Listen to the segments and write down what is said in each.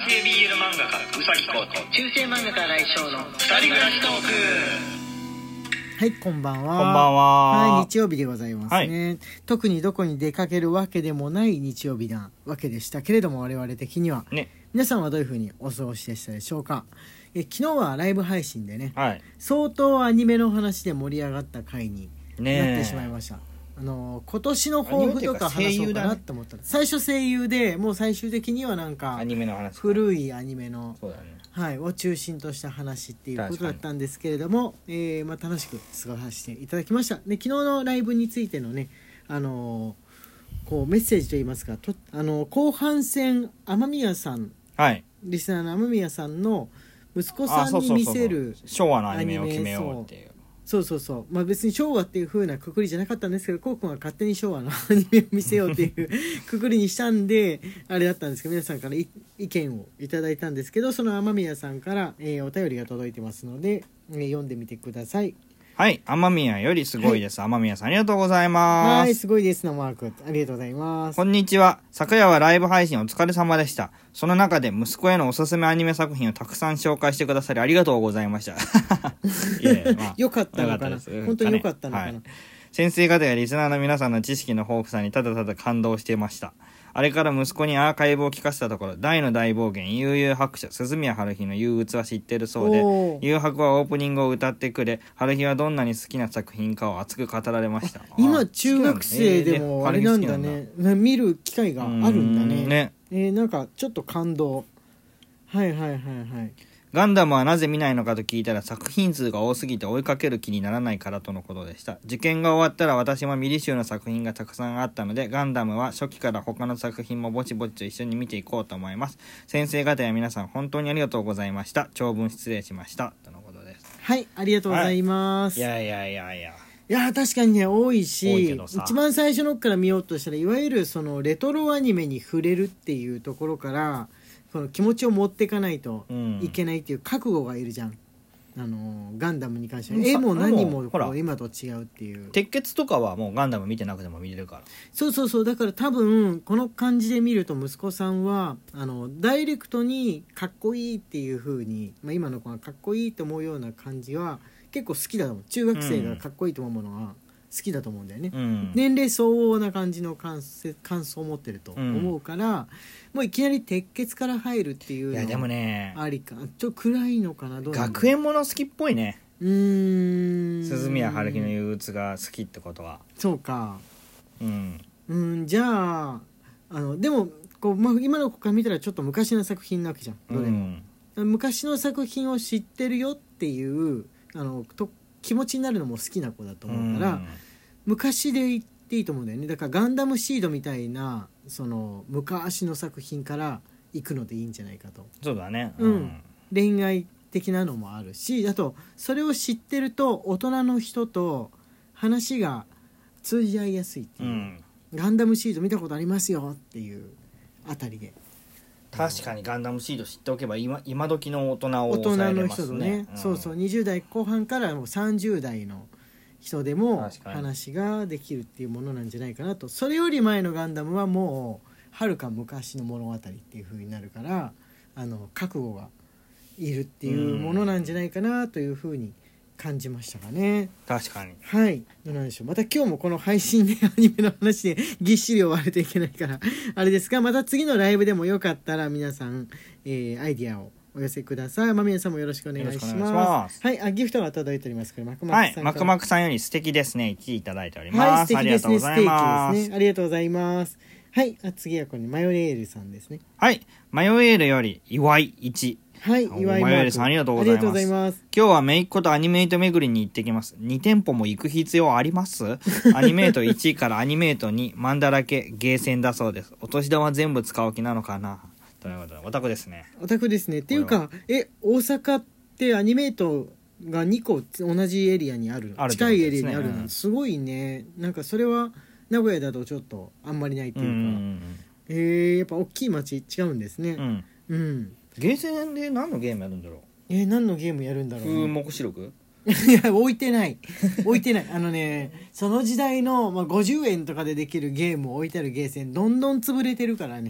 系 BL 漫画家うさぎこと中世漫画家来翔の二人暮らしトーク。 はい、こんばんは。 こんばんは。 はい、日曜日でございますね、はい、特にどこに出かけるわけでもない日曜日なわけでしたけれども、我々的には、ね、皆さんはどういう風にお過ごしでしたでしょうか。昨日はライブ配信でね、はい、相当アニメの話で盛り上がった回になってしまいました。今年の抱負とか話そうかなって思ったら、最初声優で、もう最終的にはなんかアニメの話、 古いアニメの、 そうだね、 はい、を中心とした話っていうことだったんですけれども、楽しく過ごさせていただきました。で、昨日のライブについてのね、こうメッセージといいますか、後半戦雨宮さん、はい、リスナーの雨宮さんの息子さんに見せる昭和のアニメを決めようっていう、 そう、まあ、別に昭和っていう風なくくりじゃなかったんですけど、コウ君は勝手に昭和のアニメを見せようっていうくくりにしたんであれだったんですけど、皆さんから意見をいただいたんですけど、その雨宮さんから、お便りが届いてますので、読んでみてください。 はい、雨宮よりすごいです、はい、雨宮さんありがとうございます。 はい、すごいですのマークありがとうございます。 こんにちは。昨夜はライブ配信お疲れ様でした。その中で息子へのおすすめアニメ作品をたくさん紹介してくださりありがとうございましたよかったのかな、本当によかったのかな、はい、 先生方やリスナーの皆さんの知識の豊富さにただただ感動していました。あれから息子にアーカイブを聞かせたところ、大の大冒険、悠々白書、鈴宮春日の憂鬱は知ってるそうで、誘白はオープニングを歌ってくれ、春日はどんなに好きな作品かを熱く語られました。 今中学生でもあれなんだね、見る機会があるんだね。なんかちょっと感動。はい。 ガンダムはなぜ見ないのかと聞いたら、作品数が多すぎて追いかける気にならないからとのことでした。受験が終わったら私もミリ集の作品がたくさんあったので、ガンダムは初期から他の作品もぼちぼちと一緒に見ていこうと思います。先生方や皆さん本当にありがとうございました。長文失礼しましたとのことです。 はい、ありがとうございます。 はい、いや確かにね、多いし、一番最初のから見ようとしたら、いわゆるそのレトロアニメに触れるっていうところからその気持ちを持っていかないといけないっていう覚悟がいるじゃん、ガンダムに関しては絵も何もこう今と違うっていう。 鉄血とかはもうガンダム見てなくても見れるから。 そうだから多分この感じで見ると息子さんはダイレクトにかっこいいっていう風に、今の子がかっこいいと思うような感じは結構好きだと思う。中学生がかっこいいと思うものは好きだと思うんだよね、年齢相応な感じの感想を持ってると思うから、もういきなり鉄血から入るっていうのはでもね、 ありか。ちょっと暗いのかな、どうなんだろう。 学園もの好きっぽいね。 鈴宮春日の憂鬱が好きってことはそうか。じゃあでもこう、今の子から見たらちょっと昔の作品なわけじゃん、どれも、昔の作品を知ってるよっていう気持ちになるのも好きな子だと思うから、昔で言っていいと思うんだよね。だからガンダムシードみたいなその昔の作品から行くのでいいんじゃないかと。 そうだね、 恋愛的なのもあるし、あとそれを知ってると大人の人と話が通じ合いやすいっていう、ガンダムシード見たことありますよっていうあたりで。 確かにガンダムシード知っておけば今時の大人を抑えれますね。大人の人とね、 そう20代後半からもう30代の人でも話ができるっていうものなんじゃないかなと。それより前のガンダムはもうはるか昔の物語っていう風になるから、覚悟がいるっていうものなんじゃないかなという風に感じましたかね。 確かに。 はい。どうなんでしょう。また今日もこの配信でアニメの話でぎっしり終わるといけないからあれですが、また次のライブでもよかったら皆さん、アイディアをお寄せください。皆さんもよろしくお願いします。はい。ギフトが届いておりますから、マクマクさんから。はい。マクマクさんより素敵ですね1いただいております。はい、素敵ですね。ステーキですね。ありがとうございます。はい。次はこれマヨエールさんですね。 はい。マヨエールより祝い1。 はい、祝いママヨエールさんありがとうございます。今日はめいっ子とアニメイト巡りに行ってきます。2店舗も行く必要あります？アニメイト1からアニメイト2、マンダラケ、ゲーセンだそうです。お年玉全部使う気なのかなということで、オタクですね。 オタクですね。っていうか、大阪ってアニメイトが2個同じエリアにある、近いエリアにあるの、すごいね。なんかそれは名古屋だとちょっとあんまりないっていうか、やっぱ大きい町違うんですね。 ゲーセンで何のゲームやるんだろう。 何のゲームやるんだろう、 風目視録いや置いてないその時代の、50円とかでできるゲームを置いてあるゲーセンどんどん潰れてるからね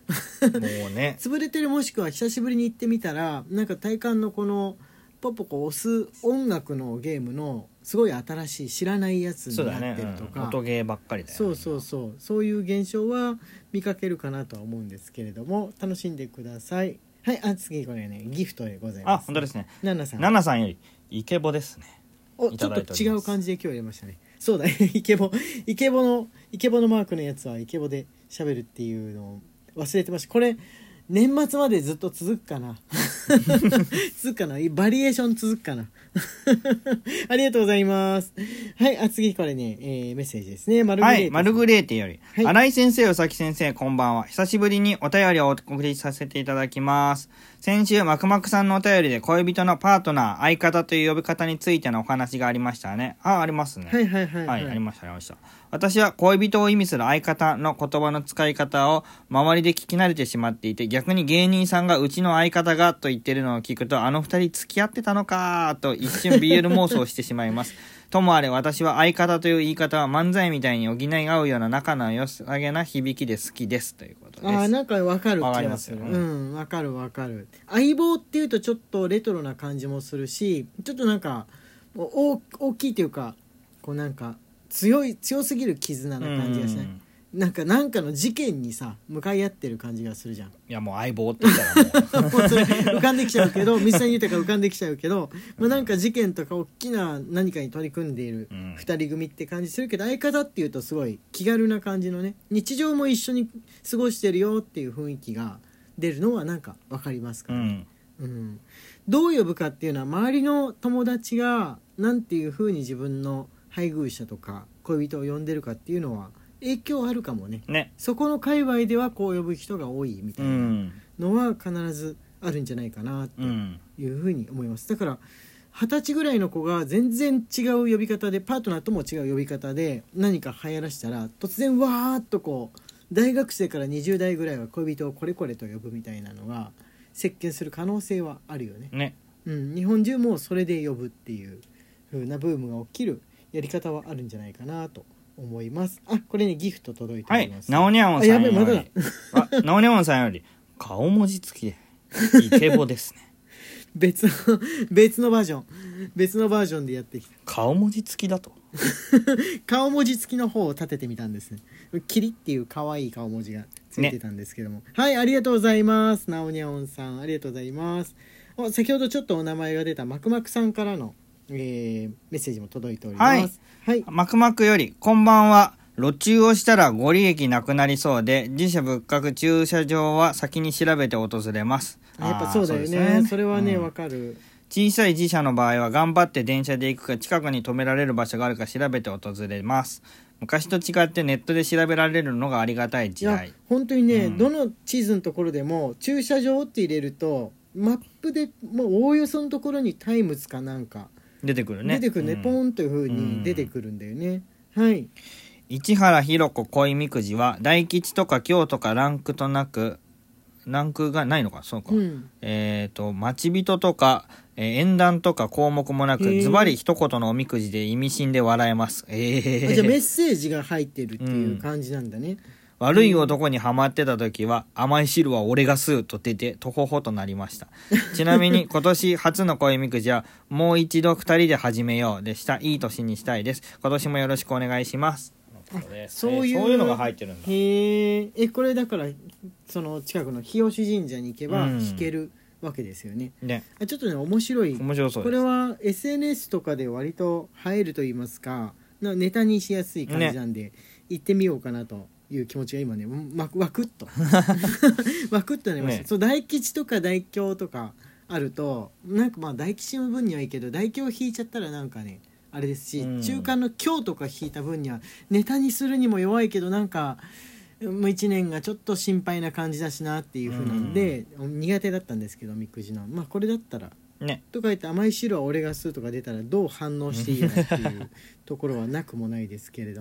もうね潰れてる、もしくは久しぶりに行ってみたらなんか体感のこのポッポコ押す音楽のゲームのすごい新しい知らないやつになってるとか、 音ゲーばっかりだよね。 そういう現象は見かけるかなとは思うんですけれども、楽しんでください。はい、次これねギフトでございます。 本当ですね。 ナナさん、 ナナさんよりイケボですね。 ちょっと違う感じで今日入れましたね。そうだイケボのマークのやつはイケボで喋るっていうのを忘れてました。これ年末までずっと続くかな続くかな、バリエーション続くかなありがとうございます。はい、次これね、メッセージですね。マルグレーテより、 はい、 新井先生、宇崎先生、こんばんは。久しぶりにお便りをお送りさせていただきます。先週マクマクさんのお便りで恋人のパートナー、相方という呼び方についてのお話がありましたね。ありますね。 はい、 ありました。私は恋人を意味する相方の言葉の使い方を周りで聞き慣れてしまっていて、逆に芸人さんがうちの相方がと言ってるのを聞くと、あの二人付き合ってたのかと一瞬 BL 妄想してしまいます。ともあれ私は相方という言い方は漫才みたいに補い合うような仲の良さげな響きで好きですということです。 なんかわかる気がする。わかる。相棒っていうとちょっとレトロな感じもするし、ちょっとなんか大きいというか、こうなんか強すぎる絆な感じがしない？なんかの事件にさ向かい合ってる感じがするじゃん。いやもう相棒って言ったらもうもうそれ浮かんできちゃうけど水谷豊浮かんできちゃうけど、なんか事件とか大きな何かに取り組んでいる二人組って感じするけど、相方っていうとすごい気軽な感じのね、日常も一緒に過ごしてるよっていう雰囲気が出るのはなんか分かりますからね。どう呼ぶかっていうのは周りの友達がなんていう風に自分の配偶者とか恋人を呼んでるかっていうのは影響あるかも ね。そこの界隈ではこう呼ぶ人が多いみたいなのは必ずあるんじゃないかなっていうふうに思います。だから20歳ぐらいの子が全然違う呼び方で、パートナーとも違う呼び方で何か流行らしたら、突然わーっとこう大学生から20代ぐらいは恋人をこれこれと呼ぶみたいなのが席巻する可能性はあるよね。日本中もそれで呼ぶっていう風なブームが起きるやり方はあるんじゃないかなと思います。これねギフト届いております。 ナオニャオンさんよりナオニャオンさんより顔文字付きでイケボですね別のバージョンでやってきた。 顔文字付きだと顔文字付きの方を立ててみたんですね。キリっていう可愛い顔文字がついてたんですけども、はい、ありがとうございます。ナオニャオンさんありがとうございます。先ほどちょっとお名前が出たマクマクさんからのメッセージも届いております。 マクマクよりこんばんは。路駐をしたらご利益なくなりそうで、自社仏閣駐車場は先に調べて訪れます。 やっぱそうだよね。それはねわかる。 小さい自社の場合は頑張って電車で行くか近くに止められる場所があるか調べて訪れます。昔と違ってネットで調べられるのがありがたい時代。 いや本当にね、どの地図のところでも駐車場って入れるとマップでもうおおよそのところにタイムズかなんか出てくるね、 ポーンという風に出てくるんだよね。はい。 市原ひろ子恋みくじは大吉とか京とかランクがないのか、そうか、待ち人とか、縁談とか項目もなくズバリ一言のおみくじで意味深で笑えます。じゃあメッセージが入ってるっていう感じなんだね。 悪い男にハマってた時は甘い汁は俺が吸うと出てとほほとなりました。ちなみに今年初の恋みくじはもう一度2人で始めようでした。いい年にしたいです。今年もよろしくお願いします。そういうのが入ってるんだ。 これだからその近くの日吉神社に行けば弾けるわけですよね。ちょっとね面白そうです。これは SNS とかで割と映えると言いますかネタにしやすい感じなんで、行ってみようかなという気持ちが今ねワクッとワクッとなりました。そう大吉とか大凶とかあるとなんか大吉の分にはいいけど大凶引いちゃったらなんかねあれですし、中間の凶とか引いた分にはネタにするにも弱いけどなんかもう1年がちょっと心配な感じだしなっていう風なんで、苦手だったんですけどみくじのこれだったらとか言って甘い汁は俺が吸うとか出たらどう反応していいのっていうところはなくもないですけれども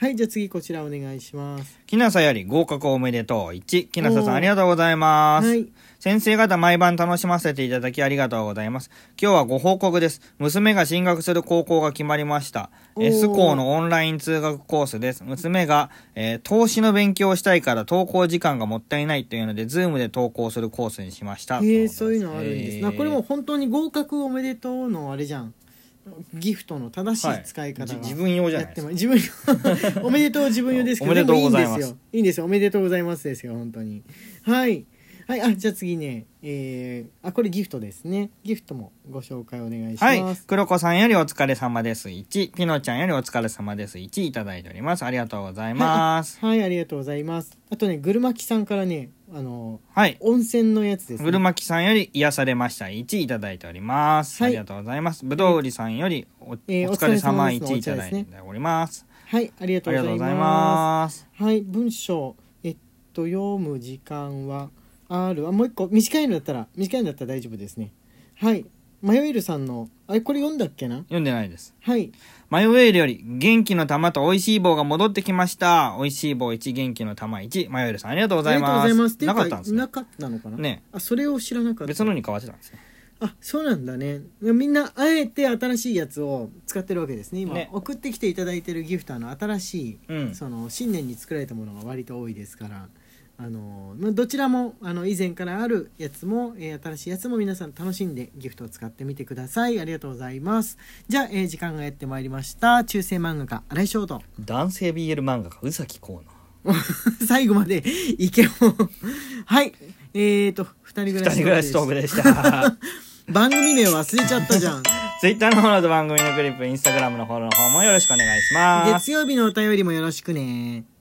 はい、じゃあ次こちらお願いします。 きなさより合格おめでとう1。きなささんありがとうございます。はい、先生方毎晩楽しませていただきありがとうございます。今日はご報告です。娘が進学する高校が決まりました。S 校のオンライン通学コースです。娘が、投資の勉強をしたいから登校時間がもったいないというので Zoom で登校するコースにしました。 そういうのあるんですな。これも本当に合格おめでとうのあれじゃん。ギフトの正しい使い方が、 自分用じゃないですか。 自分用おめでとう自分用ですけど、 おめでとうございます。 いいんですよ。おめでとうございますですよ本当に。はいはい。じゃあ次ね、これギフトですね。ギフトもご紹介お願いします。はい。 黒子さんよりお疲れ様です1。ピノちゃんよりお疲れ様です1いただいております。ありがとうございます。 はい、ありがとうございます。あとね、ぐるまきさんからね、はい、温泉のやつですね。 ぐるまきさんより癒されました1いただいております。はい、ありがとうございます。ぶどう売りさんよりお疲れ様1いただいております。 はい、ありがとうございます。はい、文章読む時間はもう一個短いのだったら大丈夫ですね。はい、マヨエルさんのこれ読んだっけな。 読んでないです。 はい。 マヨエルより元気の玉と美味しい棒が戻ってきました。美味しい棒1、元気の玉1。マヨエルさんありがとうございます。 ありがとうございます。 なかったんですね。 なかったのかな。 ね。 それを知らなかった。 別のに変わってたんですね。 そうなんだね。みんなあえて新しいやつを使ってるわけですね今ね。送ってきていただいてるギフト新しい、その新年に作られたものが割と多いですから、どちらも以前からあるやつも、新しいやつも皆さん楽しんでギフトを使ってみてください。ありがとうございます。じゃあ、時間がやってまいりました。中世漫画家新井翔と男性 BL 漫画家宇崎河野最後までいけもはい、2人暮らしトークでした番組名忘れちゃったじゃん Twitter のフォローと番組のクリップ、Instagram のフォローの方もよろしくお願いします。 月曜日のお便りもよろしくね。